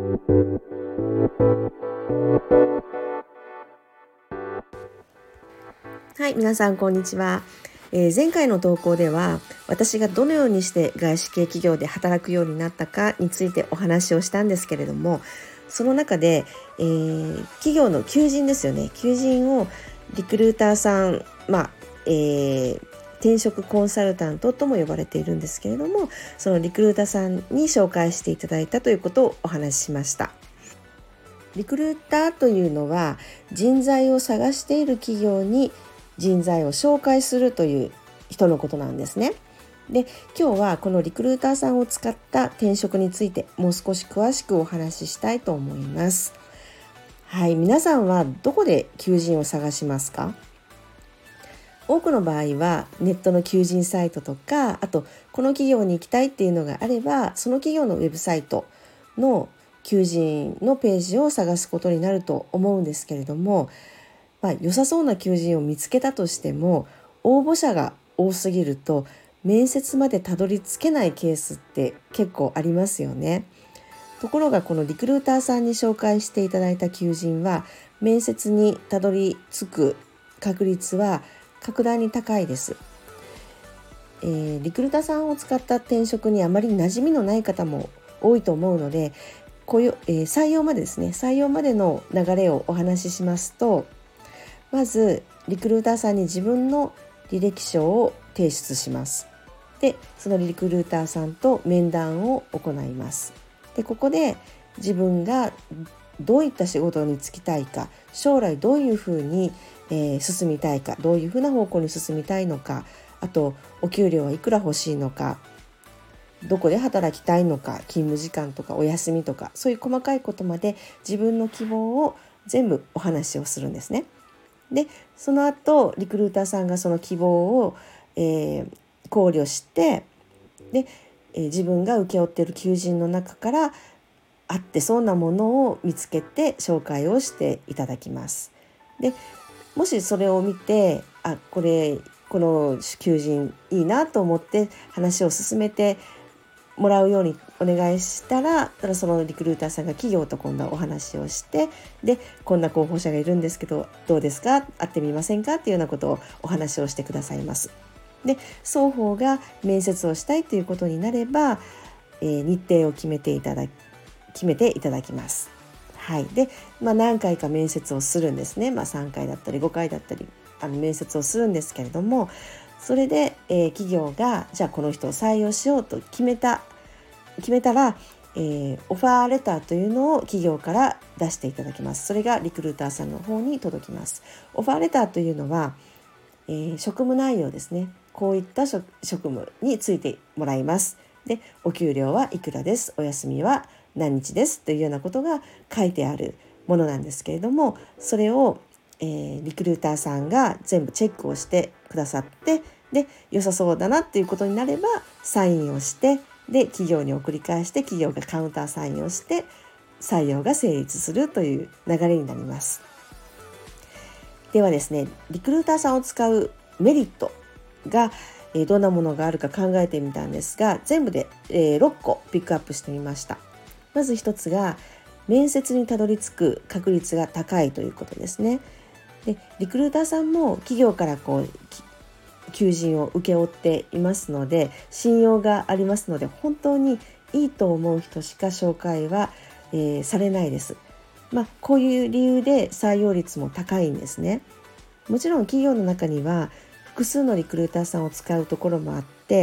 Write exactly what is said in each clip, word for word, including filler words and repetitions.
はい、皆さんこんにちは。えー、前回の投稿では私がどのようにして外資系企業で働くようになったかについてお話をしたんですけれども、その中で、えー、企業の求人ですよね。求人をリクルーターさん、まあえー、転職コンサルタントとも呼ばれているんですけれども、そのリクルーターさんに紹介していただいたということをお話ししました。リクルーターというのは人材を探している企業に人材を紹介するという人のことなんですね。で、今日はこのリクルーターさんを使った転職についてもう少し詳しくお話ししたいと思います。はい、皆さんはどこで求人を探しますか？多くの場合はネットの求人サイトとか、あとこの企業に行きたいっていうのがあれば、その企業のウェブサイトの求人のページを探すことになると思うんですけれども、まあ、良さそうな求人を見つけたとしても応募者が多すぎると面接までたどり着けないケースって結構ありますよね。ところがこのリクルーターさんに紹介していただいた求人は面接にたどり着く確率は格段に高いです。えー、リクルーターさんを使った転職にあまり馴染みのない方も多いと思うので、こういう、えー、採用までですね採用までの流れをお話ししますと、まずリクルーターさんに自分の履歴書を提出します。で、そのリクルーターさんと面談を行います。で、ここで自分がどういった仕事に就きたいか、将来どういうふうに、えー、進みたいか、どういうふうな方向に進みたいのか、あとお給料はいくら欲しいのか、どこで働きたいのか、勤務時間とかお休みとか、そういう細かいことまで自分の希望を全部お話をするんですね。で、その後リクルーターさんがその希望を、えー、考慮して、で、えー、自分が請け負っている求人の中から合ってそうなものを見つけて紹介をしていただきます。で、もしそれを見て、あ、これこの求人いいなと思って話を進めてもらうようにお願いしたら、そのリクルーターさんが企業と今度はお話をして、で、こんな候補者がいるんですけどどうですか、会ってみませんかっていうようなことをお話をしてくださいます。で、双方が面接をしたいということになれば、えー、日程を決めていただ決めていただきます。はい。で、まあ、何回か面接をするんですね。まあ、さんかいだったりごかいだったりあの面接をするんですけれども、それで、えー、企業がじゃあこの人を採用しようと決めた決めたら、えー、オファーレターというのを企業から出していただきます。それがリクルーターさんの方に届きます。オファーレターというのは、えー、職務内容ですね。こういった職務についてもらいます。で、お給料はいくらです。お休みは何日ですというようなことが書いてあるものなんですけれども、それを、えー、リクルーターさんが全部チェックをしてくださって、で、良さそうだなっていうことになればサインをして、で、企業に送り返して企業がカウンターサインをして採用が成立するという流れになります。ではですね、リクルーターさんを使うメリットがどんなものがあるか考えてみたんですが、全部でろっこピックアップしてみました。まず一つが面接にたどり着く確率が高いということですね。で、リクルーターさんも企業からこう求人を請け負っていますので、信用がありますので、本当にいいと思う人しか紹介は、えー、されないです。まあ、こういう理由で採用率も高いんですね。もちろん企業の中には複数のリクルーターさんを使うところもあって、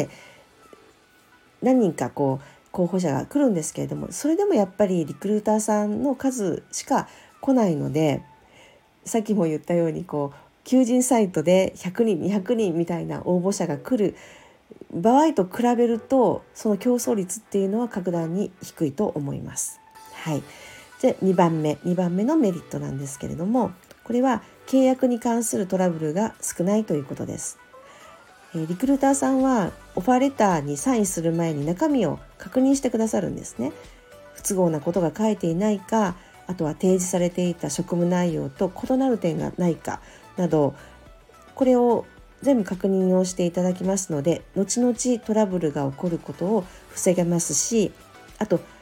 何人かこう候補者が来るんですけれども、それでもやっぱりリクルーターさんの数しか来ないので、さっきも言ったようにこう求人サイトでひゃくにんにひゃくにんみたいな応募者が来る場合と比べると、その競争率っていうのは格段に低いと思います。はい。で、にばんめにばんめのメリットなんですけれども、これは契約に関するトラブルが少ないということです。リクルーターさんはオファーレターにサインする前に中身を確認してくださるんですね。不都合なことが書いていないか、あとは提示されていた職務内容と異なる点がないかなど、これを全部確認をしていただきますので、後々トラブルが起こることを防げますし、あと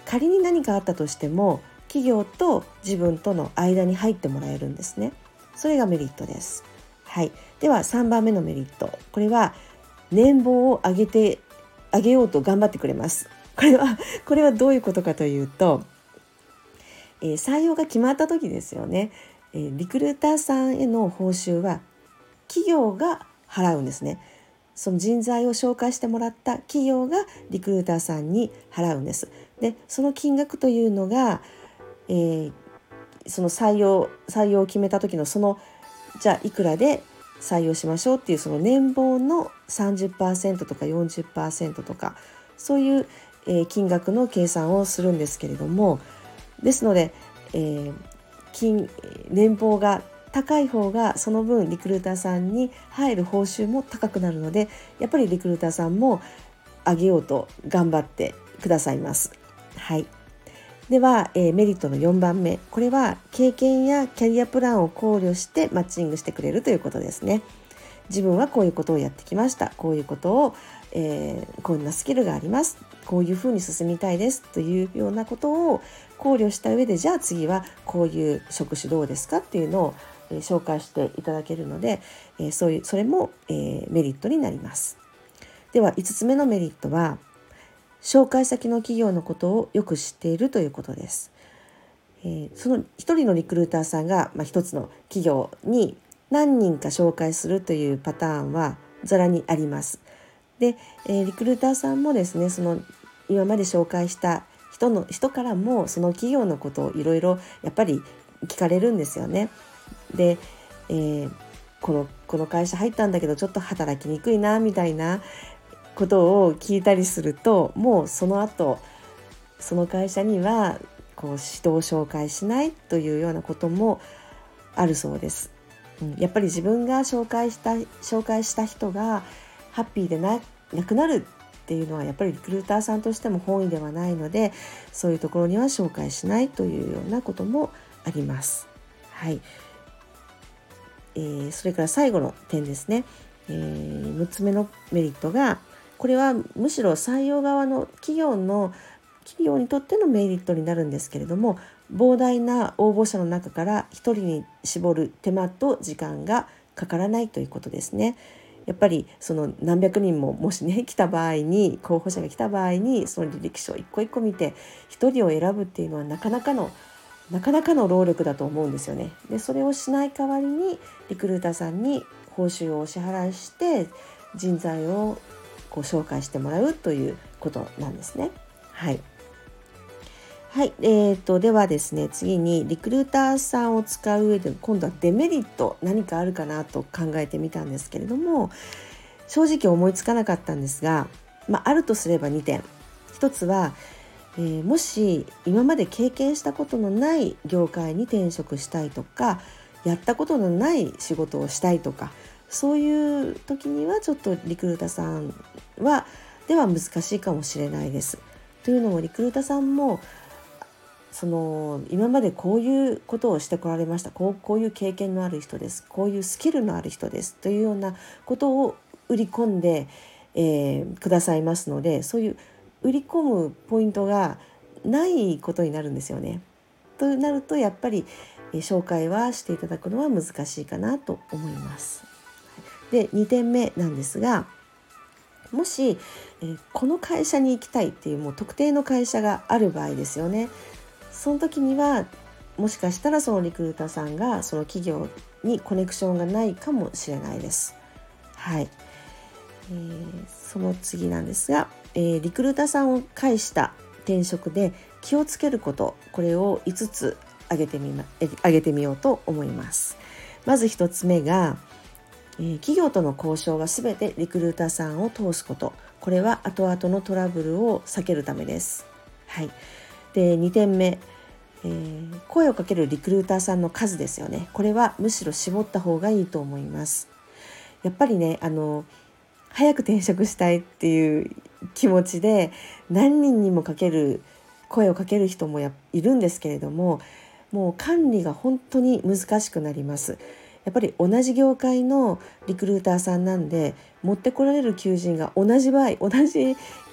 仮に何かあったとしても企業と自分との間に入ってもらえるんですね。それがメリットです。はい、ではさんばんめのメリット、これは年俸を上げて上げようと頑張ってくれます。これはこれはどういうことかというと、えー、採用が決まった時ですよね、えー、リクルーターさんへの報酬は企業が払うんですね。その人材を紹介してもらった企業がリクルーターさんに払うんです。でその金額というのが、えー、その採用採用を決めた時のそのじゃあいくらで採用しましょうっていうその年俸の さんじゅっパーセント とか よんじゅっパーセント とかそういう、えー、金額の計算をするんですけれども、ですので、えー、金年俸が高い方がその分リクルーターさんに入る報酬も高くなるので、やっぱりリクルーターさんも上げようと頑張ってくださいます。はい、では、えー、メリットのよんばんめ、これは経験やキャリアプランを考慮してマッチングしてくれるということですね。自分はこういうことをやってきました、こういうことを、えー、こんなスキルがあります、こういうふうに進みたいですというようなことを考慮した上で、じゃあ次はこういう職種どうですかっていうのを、えー、紹介していただけるので、えー、そういうそれも、えー、メリットになります。ではいつつめのメリットは、紹介先の企業のことをよく知っているということです。えー、その一人のリクルーターさんが、まあ、一つの企業に何人か紹介するというパターンはざらにあります。で、えー、リクルーターさんもですね、その今まで紹介した人の人からもその企業のことをいろいろやっぱり聞かれるんですよね。で、えー、このこの会社入ったんだけどちょっと働きにくいなみたいなことを聞いたりすると、もうその後その会社にはこう指導を紹介しないというようなこともあるそうです。うん、やっぱり自分が紹介した紹介した人がハッピーでな、なくなるっていうのはやっぱりリクルーターさんとしても本意ではないので、そういうところには紹介しないというようなこともあります。はい、えー、それから最後の点ですね、えー、むっつめのメリットが、これはむしろ採用側の企業の企業にとってのメリットになるんですけれども、膨大な応募者の中からひとりに絞る手間と時間がかからないということですね。やっぱりその何百人ももしね来た場合に候補者が来た場合にその履歴書を一個一個見てひとりを選ぶっていうのはなかなかのなかなかの労力だと思うんですよね。でそれをしない代わりにリクルーターさんに報酬をお支払いして人材をこう紹介してもらうということなんですね。はい、はい、えーと、ではですね、次にリクルーターさんを使う上で今度はデメリット何かあるかなと考えてみたんですけれども、正直思いつかなかったんですが、まあ、あるとすればにてん。一つは、えー、もし今まで経験したことのない業界に転職したいとか、やったことのない仕事をしたいとか、そういう時にはちょっとリクルーターさんはでは難しいかもしれないです。というのもリクルーターさんもその今までこういうことをしてこられました、こう、こういう経験のある人です、こういうスキルのある人ですというようなことを売り込んで、えー、くださいますので、そういう売り込むポイントがないことになるんですよね。となるとやっぱり、えー、紹介はしていただくのは難しいかなと思います。でにてんめなんですが、もし、えー、この会社に行きたいっていうもう特定の会社がある場合ですよね。その時にはもしかしたらそのリクルーターさんがその企業にコネクションがないかもしれないです。はい、えー、その次なんですが、えー、リクルーターさんを介した転職で気をつけること、これをいつつ挙げてみま、挙げてみようと思います。まずひとつめが、えー、企業との交渉はすべてリクルーターさんを通すこと。これは後々のトラブルを避けるためです。はい、でにてんめ、えー、声をかけるリクルーターさんの数ですよね。これはむしろ絞った方がいいと思います。やっぱりね、あの早く転職したいっていう気持ちで何人にもかける声をかける人もやいるんですけれども、もう管理が本当に難しくなります。やっぱり同じ業界のリクルーターさんなんで、持ってこられる求人が同じ場合同じ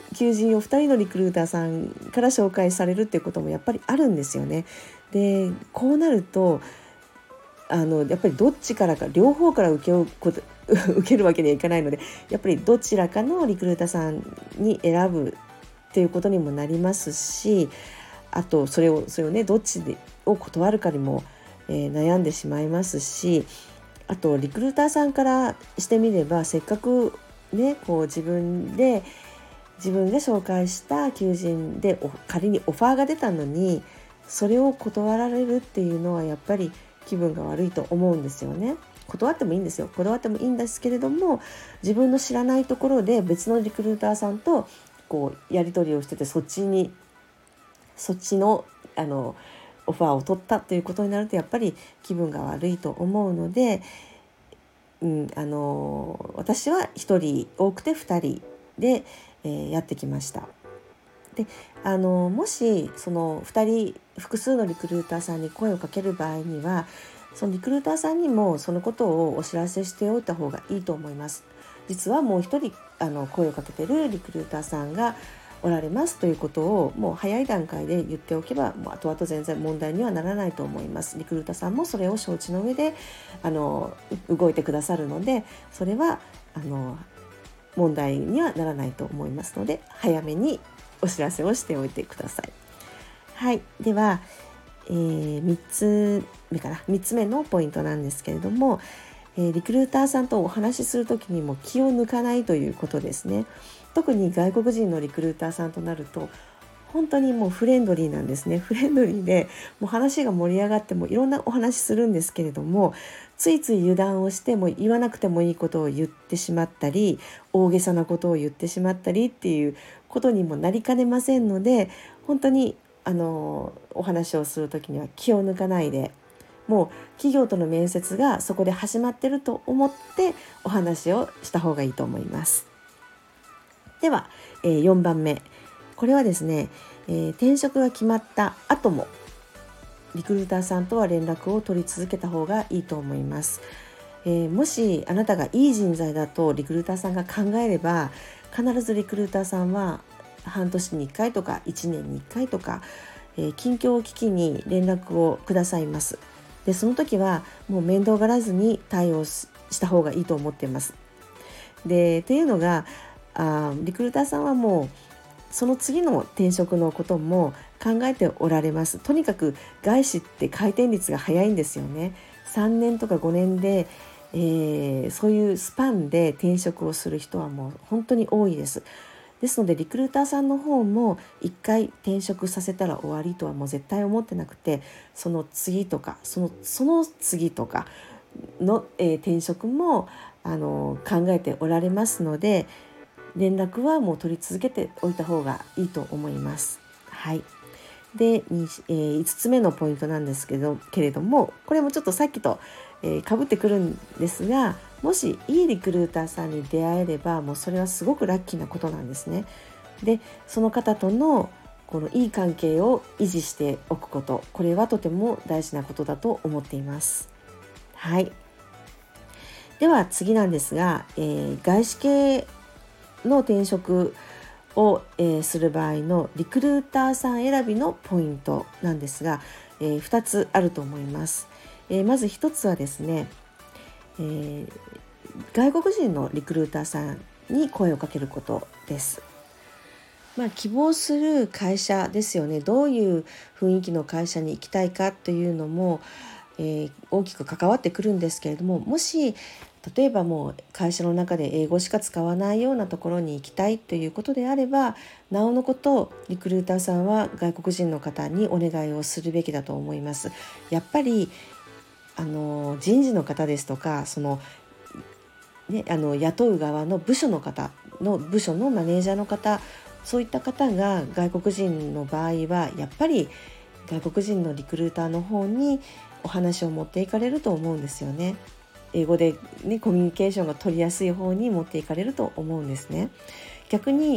求人をふたりのリクルーターさんから紹介されるっていうこともやっぱりあるんですよね。でこうなるとあのやっぱりどっちからか両方から受け負うこと受けるわけにはいかないので、やっぱりどちらかのリクルーターさんに選ぶっていうことにもなりますし、あとそれをそれをねどっちでを断るかにも、えー、悩んでしまいますし、あとリクルーターさんからしてみればせっかくねこう自分で自分で紹介した求人で仮にオファーが出たのにそれを断られるっていうのはやっぱり気分が悪いと思うんですよね。断ってもいいんですよ。断ってもいいんですけれども、自分の知らないところで別のリクルーターさんとこうやり取りをしてて、そっちにそっちのあのオファーを取ったということになるとやっぱり気分が悪いと思うので、うん、あの私はひとり多くてふたりで、えー、やってきました。であのもしそのふたり複数のリクルーターさんに声をかける場合には、そのリクルーターさんにもそのことをお知らせしておいた方がいいと思います。実はもう一人あの声をかけているリクルーターさんがおられますということをもう早い段階で言っておけば、もう後々全然問題にはならないと思います。リクルーターさんもそれを承知の上であの動いてくださるので、それはあの問題にはならないと思いますので、早めにお知らせをしておいてください。はい、では、えー、みっつめかなみっつめのポイントなんですけれども、えー、リクルーターさんとお話しするときにも気を抜かないということですね。特に外国人のリクルーターさんとなると本当にもうフレンドリーなんですね。フレンドリーでもう話が盛り上がってもいろんなお話するんですけれども、ついつい油断をしても言わなくてもいいことを言ってしまったり、大げさなことを言ってしまったりっていうことにもなりかねませんので、本当にあのお話をするときには気を抜かないで、もう企業との面接がそこで始まってると思ってお話をした方がいいと思います。では、えー、よんばんめ、これはですね、えー、転職が決まった後もリクルーターさんとは連絡を取り続けた方がいいと思います。えー、もしあなたがいい人材だとリクルーターさんが考えれば、必ずリクルーターさんは半年にいっかいとかいちねんにいっかいとか、えー、近況を聞きに連絡をくださいます。でその時はもう面倒がらずに対応した方がいいと思っています。でっていうのがあリクルーターさんはもうその次の転職のことも考えておられます。とにかく外資って回転率が早いんですよね。さんねんとかごねんで、えー、そういうスパンで転職をする人はもう本当に多いです。ですのでリクルーターさんの方もいっかい転職させたら終わりとはもう絶対思ってなくて、その次とかそのその次とかの、えー、転職もあの考えておられますので、連絡はもう取り続けておいた方がいいと思います。はい。で、えー、いつつめのポイントなんですけどけれども、これもちょっとさっきと、えー、被ってくるんですが、もしいいリクルーターさんに出会えればもうそれはすごくラッキーなことなんですね。でその方とのこのいい関係を維持しておくこと、これはとても大事なことだと思っています。はい。では次なんですが、えー、外資系の転職を、えー、する場合のリクルーターさん選びのポイントなんですが、えー、ふたつあると思います。えー、まずひとつはですね、えー、外国人のリクルーターさんに声をかけることです。まあ、希望する会社ですよね。どういう雰囲気の会社に行きたいかというのも、えー、大きく関わってくるんですけれども、もし例えばもう会社の中で英語しか使わないようなところに行きたいということであれば、なおのことリクルーターさんは外国人の方にお願いをするべきだと思います。やっぱりあの人事の方ですとか、その、ね、あの雇う側の部署の方の部署のマネージャーの方、そういった方が外国人の場合はやっぱり外国人のリクルーターの方にお話を持っていかれると思うんですよね。英語で、ね、コミュニケーションが取りやすい方に持っていかれると思うんですね。逆に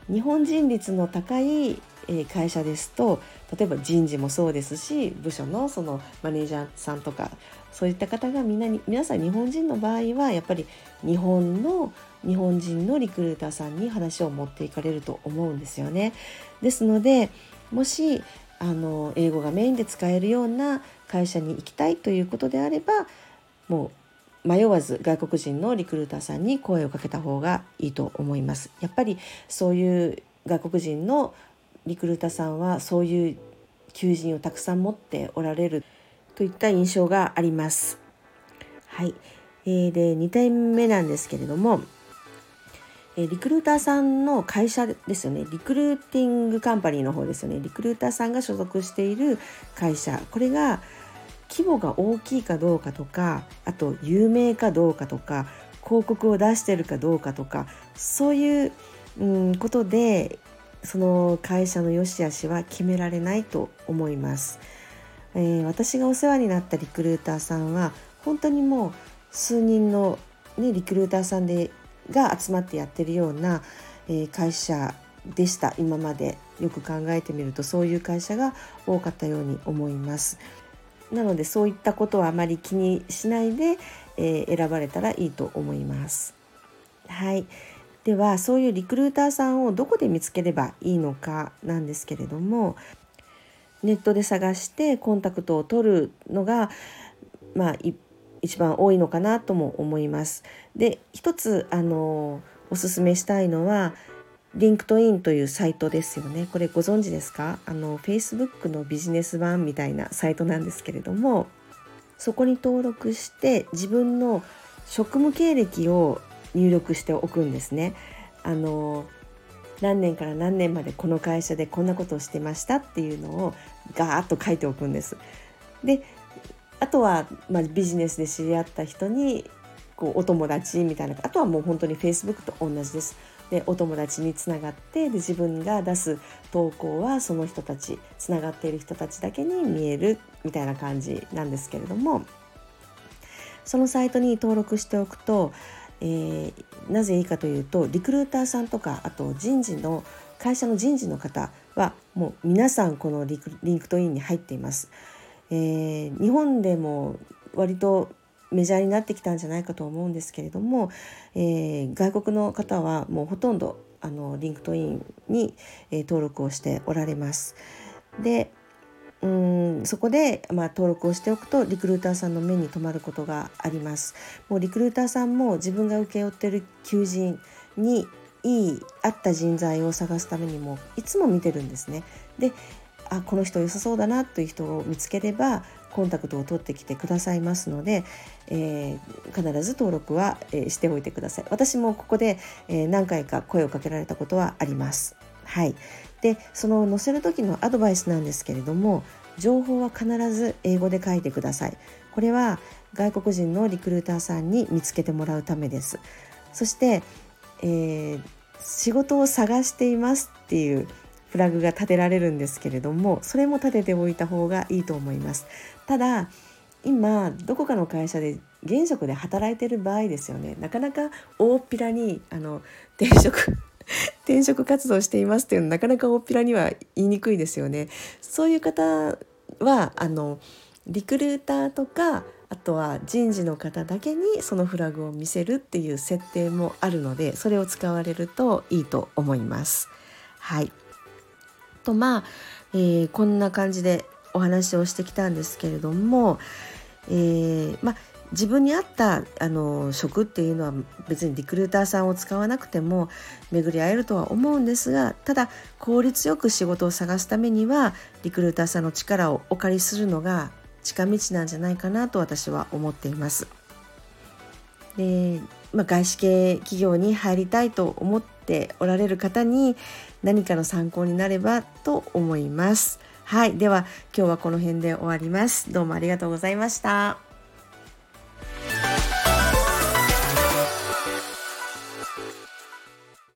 日本人率の高い会社ですと、例えば人事もそうですし、部署のそのマネージャーさんとかそういった方がみんなに皆さん日本人の場合はやっぱり日本の日本人のリクルーターさんに話を持っていかれると思うんですよね。ですので、もしあの英語がメインで使えるような会社に行きたいということであれば、もう迷わず外国人のリクルーターさんに声をかけた方がいいと思います。やっぱりそういう外国人のリクルーターさんはそういう求人をたくさん持っておられるといった印象があります。はい、えー、でに点目なんですけれども、リクルーターさんの会社ですよね。リクルーティングカンパニーの方ですよね。リクルーターさんが所属している会社、これが規模が大きいかどうかとか、あと有名かどうかとか、広告を出しているかどうかとか、そういう、うん、ことでその会社の良し悪しは決められないと思います。えー、私がお世話になったリクルーターさんは本当にもう数人の、ね、リクルーターさんでが集まってやってるような、えー、会社でした。今までよく考えてみるとそういう会社が多かったように思います。なのでそういったことはあまり気にしないで、えー、選ばれたらいいと思います。はい、ではそういうリクルーターさんをどこで見つければいいのかなんですけれども、ネットで探してコンタクトを取るのが、まあ、一番多いのかなとも思います。で、一つあのおすすめしたいのはリンクトインというサイトですよね。これご存知ですか？あの Facebook のビジネス版みたいなサイトなんですけれども、そこに登録して自分の職務経歴を入力しておくんですね。あの何年から何年までこの会社でこんなことをしてましたっていうのをガーッと書いておくんです。で、あとは、まあ、ビジネスで知り合った人にこうお友達みたいな、あとはもう本当に Facebook と同じです。で、お友達につながって、で自分が出す投稿はその人たち、つながっている人たちだけに見えるみたいな感じなんですけれども、そのサイトに登録しておくと、えー、なぜいいかというと、リクルーターさんとか、あと人事の会社の人事の方はもう皆さんこのリク、リンクトインに入っています。えー、日本でも割とメジャーになってきたんじゃないかと思うんですけれども、えー、外国の方はもうほとんどあのリンクトインに、えー、登録をしておられます。で、うーんそこで、まあ、登録をしておくとリクルーターさんの目に留まることがあります。もうリクルーターさんも自分が請け負っている求人にいい合った人材を探すためにもいつも見てるんですね。で、あ、この人良さそうだなという人を見つければコンタクトを取ってきてくださいますので、えー、必ず登録は、えー、しておいてください。私もここで、えー、何回か声をかけられたことはあります。はい。で、その載せる時のアドバイスなんですけれども、情報は必ず英語で書いてください。これは外国人のリクルーターさんに見つけてもらうためです。そして、えー、仕事を探していますっていうフラグが立てられるんですけれども、それも立てておいた方がいいと思います。ただ今どこかの会社で現職で働いている場合ですよね、なかなか大っぴらにあの転職転職活動していますっていうのなかなか大っぴらには言いにくいですよね。そういう方はあのリクルーターとか、あとは人事の方だけにそのフラグを見せるっていう設定もあるので、それを使われるといいと思います。はい。とまあ、えー、こんな感じでお話をしてきたんですけれども、えー、まあ自分に合ったあの職っていうのは別にリクルーターさんを使わなくても巡り合えるとは思うんですが、ただ効率よく仕事を探すためにはリクルーターさんの力をお借りするのが近道なんじゃないかなと私は思っています。で、まあ、外資系企業に入りたいと思っておられる方に何かの参考になればと思います。はい、では今日はこの辺で終わります。どうもありがとうございました。